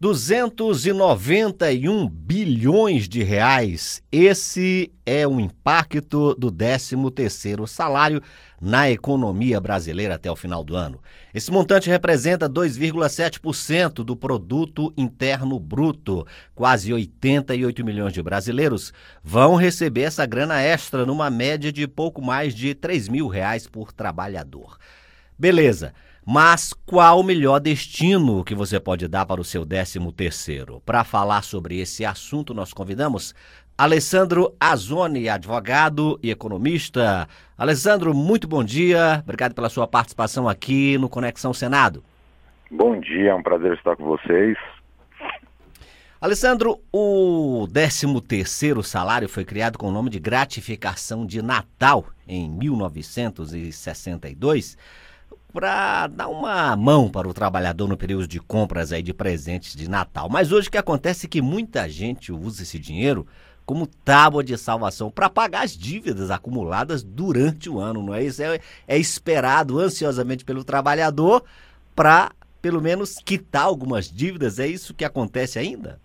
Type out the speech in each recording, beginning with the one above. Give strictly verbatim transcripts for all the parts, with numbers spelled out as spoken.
duzentos e noventa e um bilhões de reais. Esse é o impacto do décimo terceiro salário na economia brasileira até o final do ano. Esse montante representa dois vírgula sete por cento do produto interno bruto. Quase oitenta e oito milhões de brasileiros vão receber essa grana extra numa média de pouco mais de três mil reais por trabalhador. Beleza. Mas qual o melhor destino que você pode dar para o seu décimo terceiro? Para falar sobre esse assunto, nós convidamos Alessandro Azzoni, advogado e economista. Alessandro, muito bom dia. Obrigado pela sua participação aqui no Conexão Senado. Bom dia, é um prazer estar com vocês. Alessandro, o décimo terceiro salário foi criado com o nome de gratificação de Natal em mil novecentos e sessenta e dois. Para dar uma mão para o trabalhador no período de compras aí de presentes de Natal. Mas hoje o que acontece é que muita gente usa esse dinheiro como tábua de salvação para pagar as dívidas acumuladas durante o ano, não é isso? É, é esperado ansiosamente pelo trabalhador para, pelo menos, quitar algumas dívidas. É isso que acontece ainda?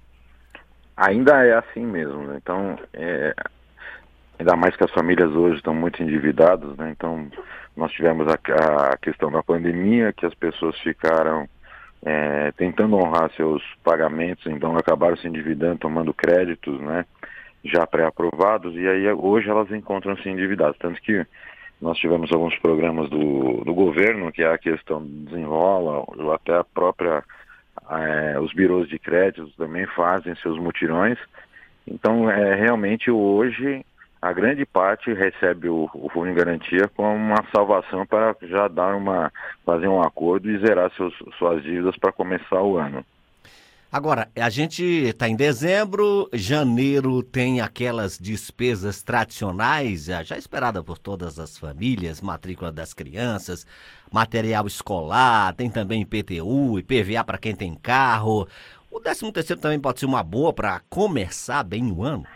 Ainda é assim mesmo, né? Então, é... ainda mais que as famílias hoje estão muito endividadas, né? Então, nós tivemos a, a questão da pandemia, que as pessoas ficaram é, tentando honrar seus pagamentos, então acabaram se endividando, tomando créditos, né, já pré-aprovados, e aí hoje elas encontram-se endividadas. Tanto que nós tivemos alguns programas do, do governo, que é a questão do Desenrola, ou até a própria, é, os birôs de créditos também fazem seus mutirões. Então, é, realmente hoje a grande parte recebe o, o fundo de garantia como uma salvação para já dar uma, fazer um acordo e zerar seus, suas dívidas para começar o ano. Agora, a gente está em dezembro, janeiro tem aquelas despesas tradicionais, já esperada por todas as famílias, matrícula das crianças, material escolar, tem também I P T U, I P V A para quem tem carro. O décimo terceiro também pode ser uma boa para começar bem o ano?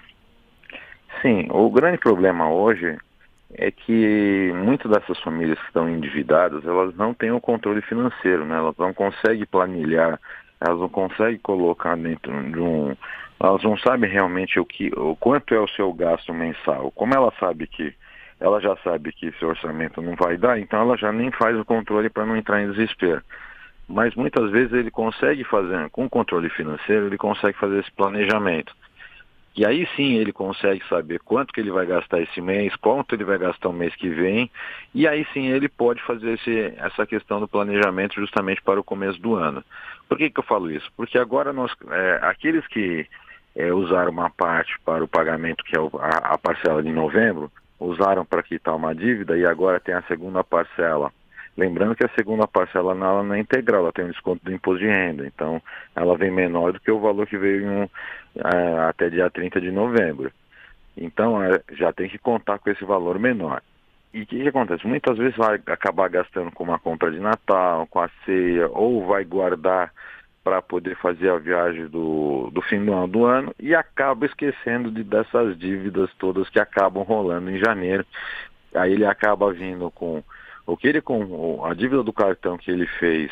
Sim, o grande problema hoje é que muitas dessas famílias que estão endividadas, elas não têm o controle financeiro, né? Elas não conseguem planilhar, elas não conseguem colocar dentro de um... Elas não sabem realmente o, que, o quanto é o seu gasto mensal. Como ela sabe que, ela já sabe que seu orçamento não vai dar, então ela já nem faz o controle para não entrar em desespero. Mas muitas vezes ele consegue fazer, com o controle financeiro, ele consegue fazer esse planejamento. E aí sim ele consegue saber quanto que ele vai gastar esse mês, quanto ele vai gastar o mês que vem, e aí sim ele pode fazer esse, essa questão do planejamento justamente para o começo do ano. Por que que eu falo isso? Porque agora nós, é, aqueles que é, usaram uma parte para o pagamento, que é o, a, a parcela de novembro, usaram para quitar uma dívida e agora tem a segunda parcela. Lembrando que a segunda parcela ela não é integral, ela tem um desconto do imposto de renda, então ela vem menor do que o valor que veio em um, é, até dia trinta de novembro. Então é, já tem que contar com esse valor menor. E o que, que acontece? Muitas vezes vai acabar gastando com uma compra de Natal, com a ceia, ou vai guardar para poder fazer a viagem do, do fim do ano, do ano e acaba esquecendo de, dessas dívidas todas que acabam rolando em janeiro. Aí ele acaba vindo com... O que ele com a dívida do cartão que ele fez,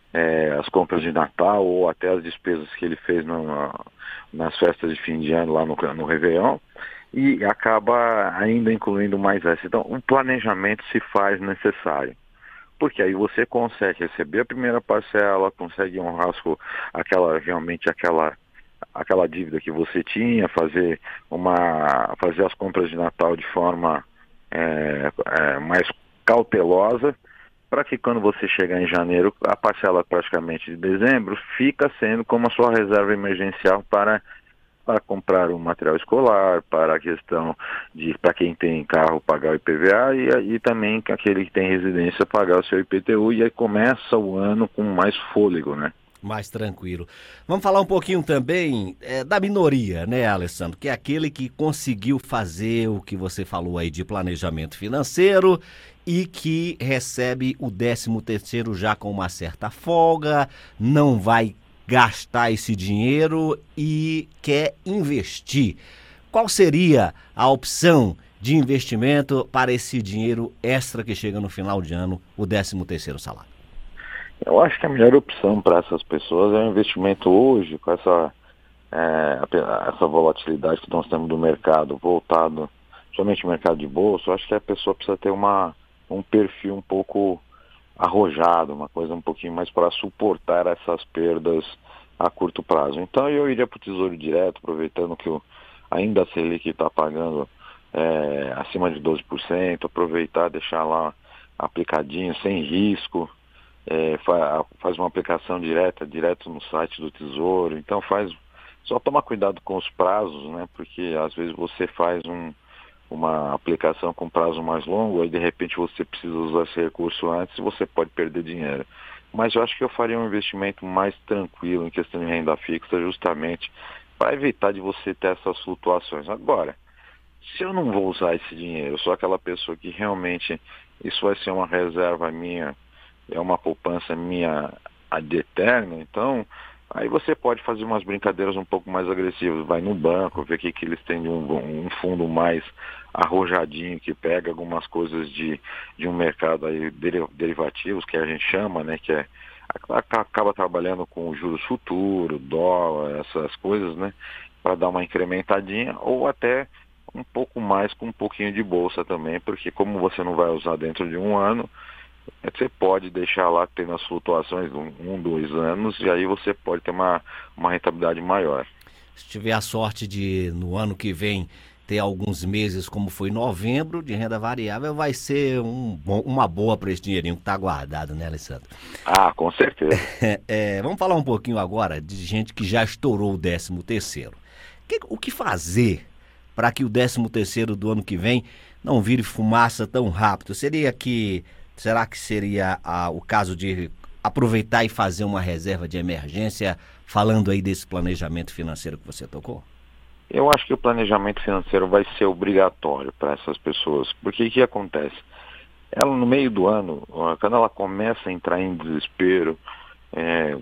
é, as compras de Natal ou até as despesas que ele fez no, nas festas de fim de ano lá no, no Réveillon, e acaba ainda incluindo mais essa. Então, um planejamento se faz necessário, porque aí você consegue receber a primeira parcela, consegue honrar sua, aquela, realmente aquela, aquela dívida que você tinha, fazer, uma, fazer as compras de Natal de forma é, é, mais cautelosa, para que quando você chegar em janeiro, a parcela praticamente de dezembro fica sendo como a sua reserva emergencial para, para comprar um material escolar, para a questão de, para quem tem carro, pagar o I P V A e, e também aquele que tem residência pagar o seu I P T U, e aí começa o ano com mais fôlego, né? Mais tranquilo. Vamos falar um pouquinho também é, da minoria, né, Alessandro? Que é aquele que conseguiu fazer o que você falou aí de planejamento financeiro e que recebe o décimo terceiro já com uma certa folga, não vai gastar esse dinheiro e quer investir. Qual seria a opção de investimento para esse dinheiro extra que chega no final de ano, o décimo terceiro salário? Eu acho que a melhor opção para essas pessoas é o investimento hoje, com essa, é, essa volatilidade que nós temos do mercado voltado, somente o mercado de bolsa. Eu acho que a pessoa precisa ter uma, um perfil um pouco arrojado, uma coisa um pouquinho mais para suportar essas perdas a curto prazo. Então eu iria para o Tesouro Direto, aproveitando que o, ainda a Selic está pagando é, acima de doze por cento, aproveitar, deixar lá aplicadinho, sem risco. É, fa- faz uma aplicação direta, direto no site do Tesouro. Então faz, só tomar cuidado com os prazos, né? Porque às vezes você faz um, uma aplicação com prazo mais longo, aí de repente você precisa usar esse recurso antes e você pode perder dinheiro. Mas eu acho que eu faria um investimento mais tranquilo em questão de renda fixa, justamente para evitar de você ter essas flutuações. Agora, se eu não vou usar esse dinheiro, eu sou aquela pessoa que realmente isso vai ser uma reserva minha, é uma poupança minha ad eterno, então aí você pode fazer umas brincadeiras um pouco mais agressivas, vai no banco, ver que, que eles têm um, um fundo mais arrojadinho, que pega algumas coisas de, de um mercado aí, derivativos, que a gente chama, né, que é, acaba trabalhando com o juros futuro, dólar, essas coisas, né, para dar uma incrementadinha, ou até um pouco mais com um pouquinho de bolsa também, porque como você não vai usar dentro de um ano, você pode deixar lá tendo as flutuações de um, um, dois anos, e aí você pode ter uma, uma rentabilidade maior. Se tiver a sorte de, no ano que vem, ter alguns meses, como foi novembro, de renda variável, vai ser um, bom- uma boa para esse dinheirinho que está guardado, né, Alessandro? Ah, com certeza. É, vamos falar um pouquinho agora de gente que já estourou o décimo terceiro. Que- o que fazer para que o décimo terceiro do ano que vem não vire fumaça tão rápido? Seria que, será que seria ah, o caso de aproveitar e fazer uma reserva de emergência, falando aí desse planejamento financeiro que você tocou? Eu acho que o planejamento financeiro vai ser obrigatório para essas pessoas, porque o que acontece? Ela, no meio do ano, ó, quando ela começa a entrar em desespero, é,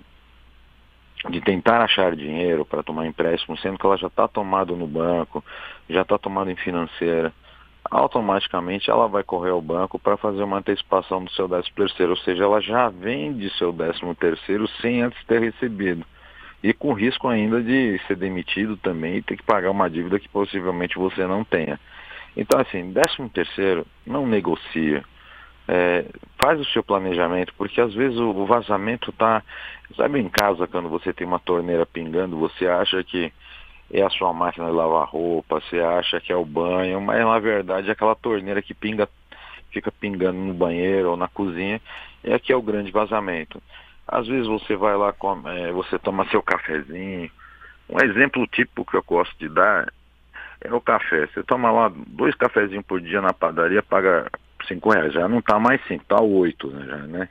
de tentar achar dinheiro para tomar empréstimo, sendo que ela já está tomada no banco, já está tomada em financeira, automaticamente ela vai correr ao banco para fazer uma antecipação do seu décimo terceiro, ou seja, ela já vende seu décimo terceiro sem antes ter recebido. E com risco ainda de ser demitido também e ter que pagar uma dívida que possivelmente você não tenha. Então, assim, décimo terceiro, não negocia. É, faz o seu planejamento, porque às vezes o, o vazamento tá, sabe, em casa, quando você tem uma torneira pingando, você acha que é a sua máquina de lavar roupa, você acha que é o banho, mas na verdade é aquela torneira que pinga, fica pingando no banheiro ou na cozinha, é que é o grande vazamento. Às vezes você vai lá, come, é, você toma seu cafezinho. Um exemplo típico que eu gosto de dar é o café. Você toma lá dois cafezinhos por dia na padaria, paga cinco reais. Já não tá mais cinco, tá oito, né, já, né?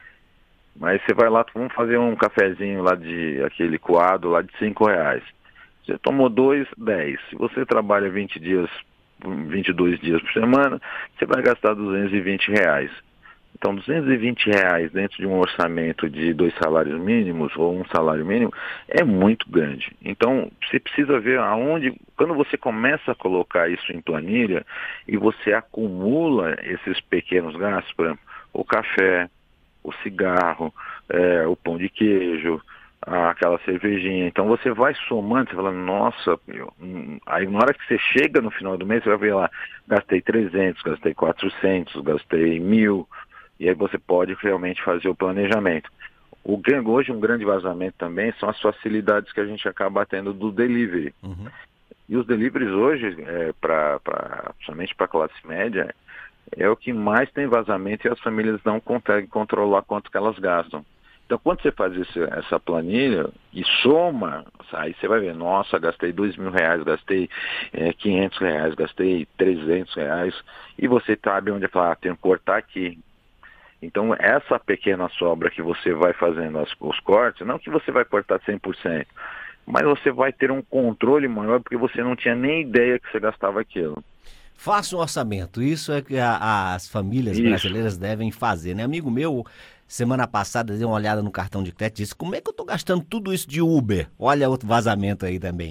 Mas você vai lá, vamos fazer um cafezinho lá de aquele coado lá de cinco reais. Você tomou dois, dez. Se você trabalha vinte dias, vinte e dois dias por semana, você vai gastar duzentos e vinte reais. Então, duzentos e vinte reais dentro de um orçamento de dois salários mínimos ou um salário mínimo é muito grande. Então, você precisa ver aonde, quando você começa a colocar isso em planilha e você acumula esses pequenos gastos, por exemplo, o café, o cigarro, é, o pão de queijo, aquela cervejinha. Então você vai somando, você fala, nossa, meu, hum, aí na hora que você chega no final do mês, você vai ver lá, gastei trezentos, gastei quatrocentos, gastei mil, e aí você pode realmente fazer o planejamento. O, hoje um grande vazamento também são as facilidades que a gente acaba tendo do delivery. Uhum. E os deliveries hoje, é, pra, pra, principalmente para a classe média, é o que mais tem vazamento e as famílias não conseguem controlar quanto que elas gastam. Então, quando você faz esse, essa planilha e soma, aí você vai ver, nossa, gastei dois mil reais, gastei é, quinhentos reais, gastei trezentos reais, e você sabe onde falar, ah, tenho que cortar aqui. Então, essa pequena sobra que você vai fazendo as, os cortes, não que você vai cortar cem por cento, mas você vai ter um controle maior porque você não tinha nem ideia que você gastava aquilo. Faça um orçamento. Isso é que a- as famílias Isso. brasileiras devem fazer, né? Amigo meu, semana passada, deu uma olhada no cartão de crédito e disse: como é que eu tô gastando tudo isso de Uber? Olha outro vazamento aí também, né?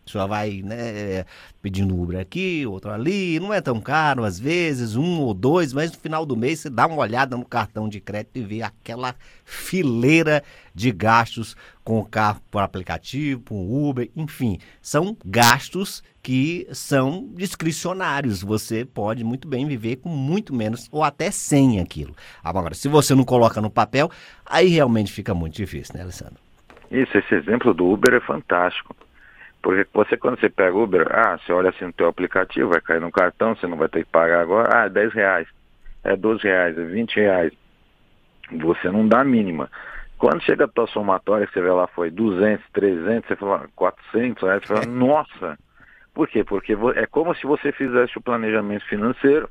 Só vai, né, pedindo Uber aqui, outro ali, não é tão caro às vezes, um ou dois, mas no final do mês você dá uma olhada no cartão de crédito e vê aquela fileira de gastos com o carro por aplicativo, com o Uber, enfim, são gastos que são discricionários, você pode muito bem viver com muito menos ou até sem aquilo. Agora, se você não coloca no papel, aí realmente fica muito difícil, né, Alessandro? Isso, esse exemplo do Uber é fantástico. Porque você, quando você pega Uber, ah, você olha assim no teu aplicativo, vai cair no cartão, você não vai ter que pagar agora, ah, é dez reais, é doze reais, é vinte reais. Você não dá a mínima. Quando chega a tua somatória, que você vê lá, foi duzentos, trezentos, você fala quatrocentos reais, você fala, nossa! Por quê? Porque é como se você fizesse o planejamento financeiro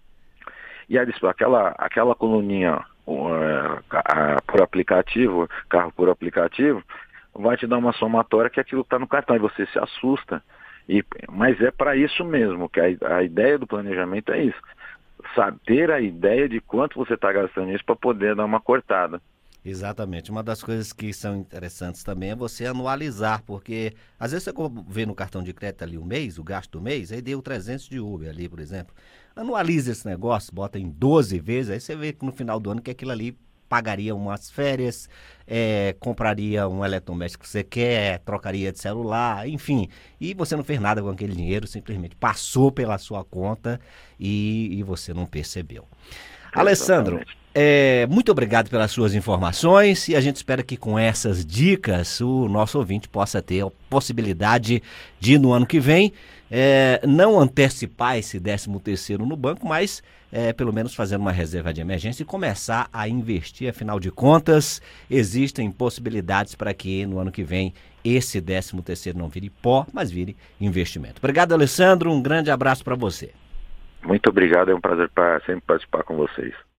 e aquela, aquela coluninha uh, a, por aplicativo, carro por aplicativo, vai te dar uma somatória que aquilo está no cartão e você se assusta. E, mas é para isso mesmo, que a, a ideia do planejamento é isso. Sabe, ter a ideia de quanto você está gastando isso para poder dar uma cortada. Exatamente. Uma das coisas que são interessantes também é você anualizar, porque às vezes você vê no cartão de crédito ali o mês, o gasto do mês, aí deu trezentos de Uber ali, por exemplo. Anualiza esse negócio, bota em doze vezes, aí você vê que no final do ano que aquilo ali pagaria umas férias, é, compraria um eletrodoméstico que você quer, trocaria de celular, enfim. E você não fez nada com aquele dinheiro, simplesmente passou pela sua conta e, e você não percebeu. É, Alessandro, é, muito obrigado pelas suas informações e a gente espera que com essas dicas o nosso ouvinte possa ter a possibilidade de, no ano que vem, é, não antecipar esse décimo terceiro no banco, mas é, pelo menos fazer uma reserva de emergência e começar a investir. Afinal de contas, existem possibilidades para que no ano que vem esse décimo terceiro não vire pó, mas vire investimento. Obrigado, Alessandro. Um grande abraço para você. Muito obrigado. É um prazer pra sempre participar com vocês.